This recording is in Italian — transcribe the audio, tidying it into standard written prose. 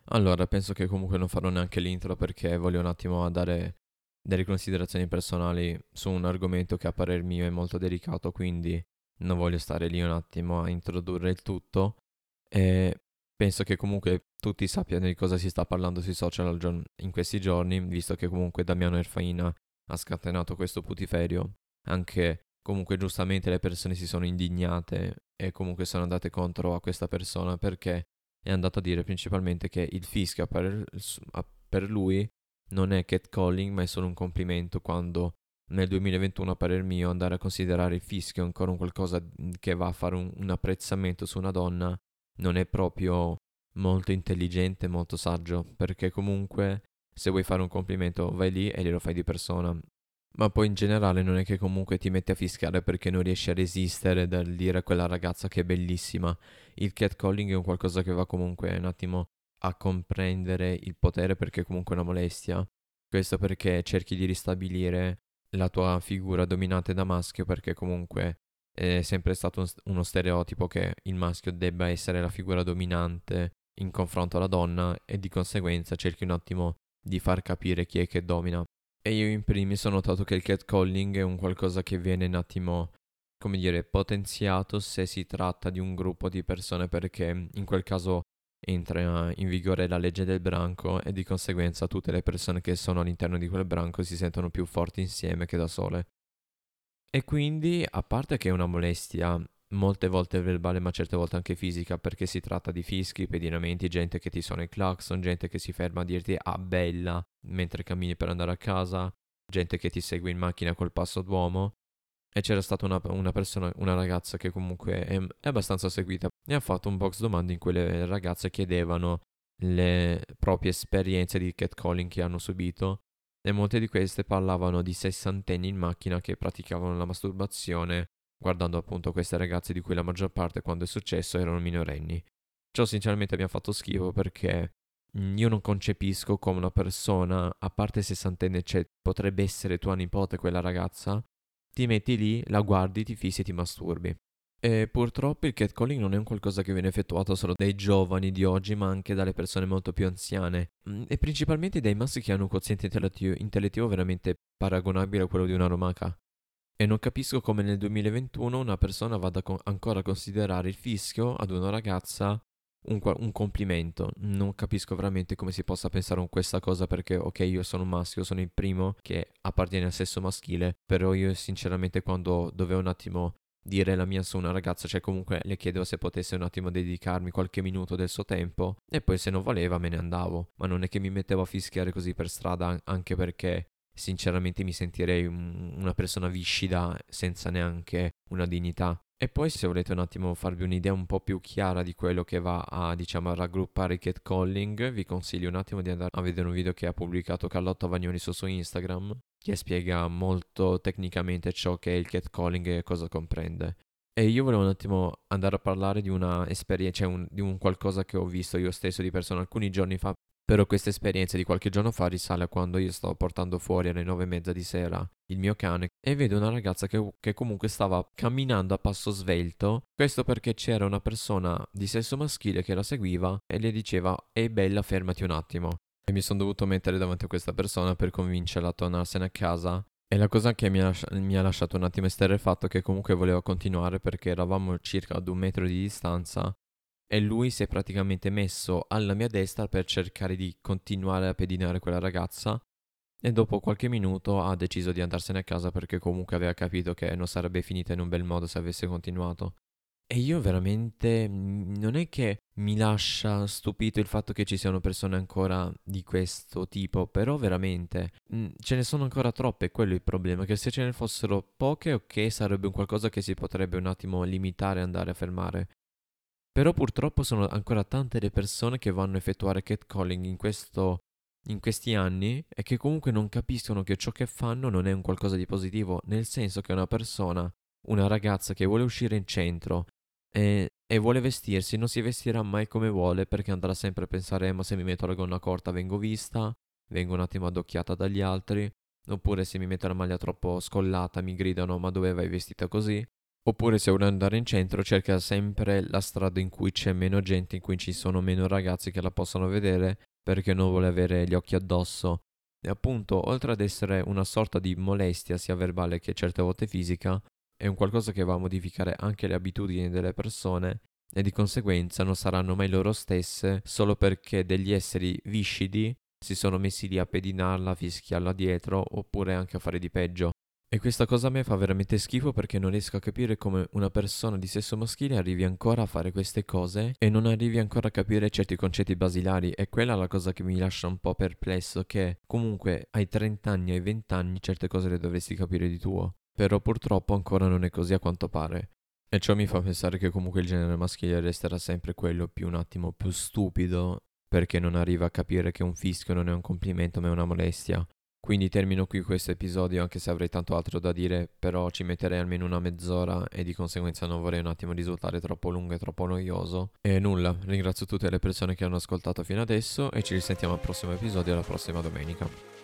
Allora, penso che comunque non farò neanche l'intro perché voglio un attimo a dare delle considerazioni personali su un argomento che a parer mio è molto delicato, quindi non voglio stare lì un attimo a introdurre il tutto. E penso che comunque tutti sappiano di cosa si sta parlando sui social in questi giorni, visto che comunque Damiano Erfaina ha scatenato questo putiferio. Anche comunque giustamente le persone si sono indignate e comunque sono andate contro a questa persona perché è andato a dire principalmente che il fischio per lui non è catcalling ma è solo un complimento, quando nel 2021 a parer mio andare a considerare il fischio ancora un qualcosa che va a fare un apprezzamento su una donna non è proprio molto intelligente, molto saggio, perché comunque se vuoi fare un complimento vai lì e glielo fai di persona. Ma poi in generale non è che comunque ti metti a fischiare perché non riesci a resistere dal dire a quella ragazza che è bellissima. Il catcalling è un qualcosa che va comunque un attimo a comprendere il potere perché comunque è una molestia. Questo perché cerchi di ristabilire la tua figura dominante da maschio perché comunque è sempre stato uno stereotipo che il maschio debba essere la figura dominante in confronto alla donna e di conseguenza cerchi un attimo di far capire chi è che domina. E io in primis ho notato che il catcalling è un qualcosa che viene un attimo, come dire, potenziato se si tratta di un gruppo di persone perché in quel caso entra in vigore la legge del branco e di conseguenza tutte le persone che sono all'interno di quel branco si sentono più forti insieme che da sole. E quindi, a parte che è una molestia molte volte verbale ma certe volte anche fisica perché si tratta di fischi, pedinamenti, gente che ti suona il clacson, gente che si ferma a dirti ah bella mentre cammini per andare a casa, gente che ti segue in macchina col passo d'uomo. E c'era stata una persona, una ragazza che comunque è abbastanza seguita e ha fatto un box domande in cui le ragazze chiedevano le proprie esperienze di catcalling che hanno subito e molte di queste parlavano di sessantenni in macchina che praticavano la masturbazione guardando appunto queste ragazze di cui la maggior parte quando è successo erano minorenni. Ciò sinceramente mi ha fatto schifo perché io non concepisco come una persona, a parte sessantenne, cioè potrebbe essere tua nipote quella ragazza, ti metti lì, la guardi, ti fissi e ti masturbi. E purtroppo il catcalling non è un qualcosa che viene effettuato solo dai giovani di oggi, ma anche dalle persone molto più anziane. E principalmente dai maschi che hanno un quoziente intellettivo veramente paragonabile a quello di una lumaca. E non capisco come nel 2021 una persona vada ancora a considerare il fischio ad una ragazza un complimento. Non capisco veramente come si possa pensare a questa cosa perché, ok, io sono un maschio, sono il primo che appartiene al sesso maschile, però io sinceramente quando dovevo un attimo dire la mia su una ragazza, cioè comunque le chiedevo se potesse un attimo dedicarmi qualche minuto del suo tempo e poi se non valeva me ne andavo, ma non è che mi mettevo a fischiare così per strada anche perché sinceramente mi sentirei una persona viscida senza neanche una dignità. E poi se volete un attimo farvi un'idea un po' più chiara di quello che va a, diciamo, a raggruppare il catcalling, vi consiglio un attimo di andare a vedere un video che ha pubblicato Carlotta Vagnoni su suo Instagram, che spiega molto tecnicamente ciò che è il catcalling e cosa comprende. E io volevo un attimo andare a parlare di una esperienza, cioè di un qualcosa che ho visto io stesso di persona alcuni giorni fa. Però questa esperienza di qualche giorno fa risale a quando io stavo portando fuori alle 9:30 di sera il mio cane e vedo una ragazza che comunque stava camminando a passo svelto. Questo perché c'era una persona di sesso maschile che la seguiva e le diceva ehi bella fermati un attimo. E mi sono dovuto mettere davanti a questa persona per convincerla a tornarsene a casa. E la cosa che mi ha lasciato un attimo esterrefatto è che comunque voleva continuare perché eravamo circa ad 1 metro di distanza e lui si è praticamente messo alla mia destra per cercare di continuare a pedinare quella ragazza e dopo qualche minuto ha deciso di andarsene a casa perché comunque aveva capito che non sarebbe finita in un bel modo se avesse continuato. E io veramente non è che mi lascia stupito il fatto che ci siano persone ancora di questo tipo, però veramente ce ne sono ancora troppe, quello è il problema, che se ce ne fossero poche ok sarebbe un qualcosa che si potrebbe un attimo limitare e andare a fermare. Però purtroppo sono ancora tante le persone che vanno a effettuare catcalling in questi anni e che comunque non capiscono che ciò che fanno non è un qualcosa di positivo, nel senso che una persona, una ragazza che vuole uscire in centro e vuole vestirsi, non si vestirà mai come vuole perché andrà sempre a pensare ma se mi metto la gonna corta vengo vista, vengo un attimo addocchiata dagli altri, oppure se mi metto la maglia troppo scollata mi gridano ma dove vai vestita così? Oppure se vuole andare in centro cerca sempre la strada in cui c'è meno gente, in cui ci sono meno ragazzi che la possono vedere, perché non vuole avere gli occhi addosso. E appunto, oltre ad essere una sorta di molestia sia verbale che certe volte fisica, è un qualcosa che va a modificare anche le abitudini delle persone e di conseguenza non saranno mai loro stesse solo perché degli esseri viscidi si sono messi lì a pedinarla, a fischiarla dietro oppure anche a fare di peggio. E questa cosa a me fa veramente schifo perché non riesco a capire come una persona di sesso maschile arrivi ancora a fare queste cose e non arrivi ancora a capire certi concetti basilari. E quella è la cosa che mi lascia un po' perplesso, che comunque ai 30 anni, ai 20 anni certe cose le dovresti capire di tuo. Però purtroppo ancora non è così a quanto pare. E ciò mi fa pensare che comunque il genere maschile resterà sempre quello più un attimo più stupido perché non arriva a capire che un fischio non è un complimento ma è una molestia. Quindi termino qui questo episodio anche se avrei tanto altro da dire, però ci metterei almeno una mezz'ora e di conseguenza non vorrei un attimo risultare troppo lungo e troppo noioso. E nulla, ringrazio tutte le persone che hanno ascoltato fino adesso e ci risentiamo al prossimo episodio la prossima domenica.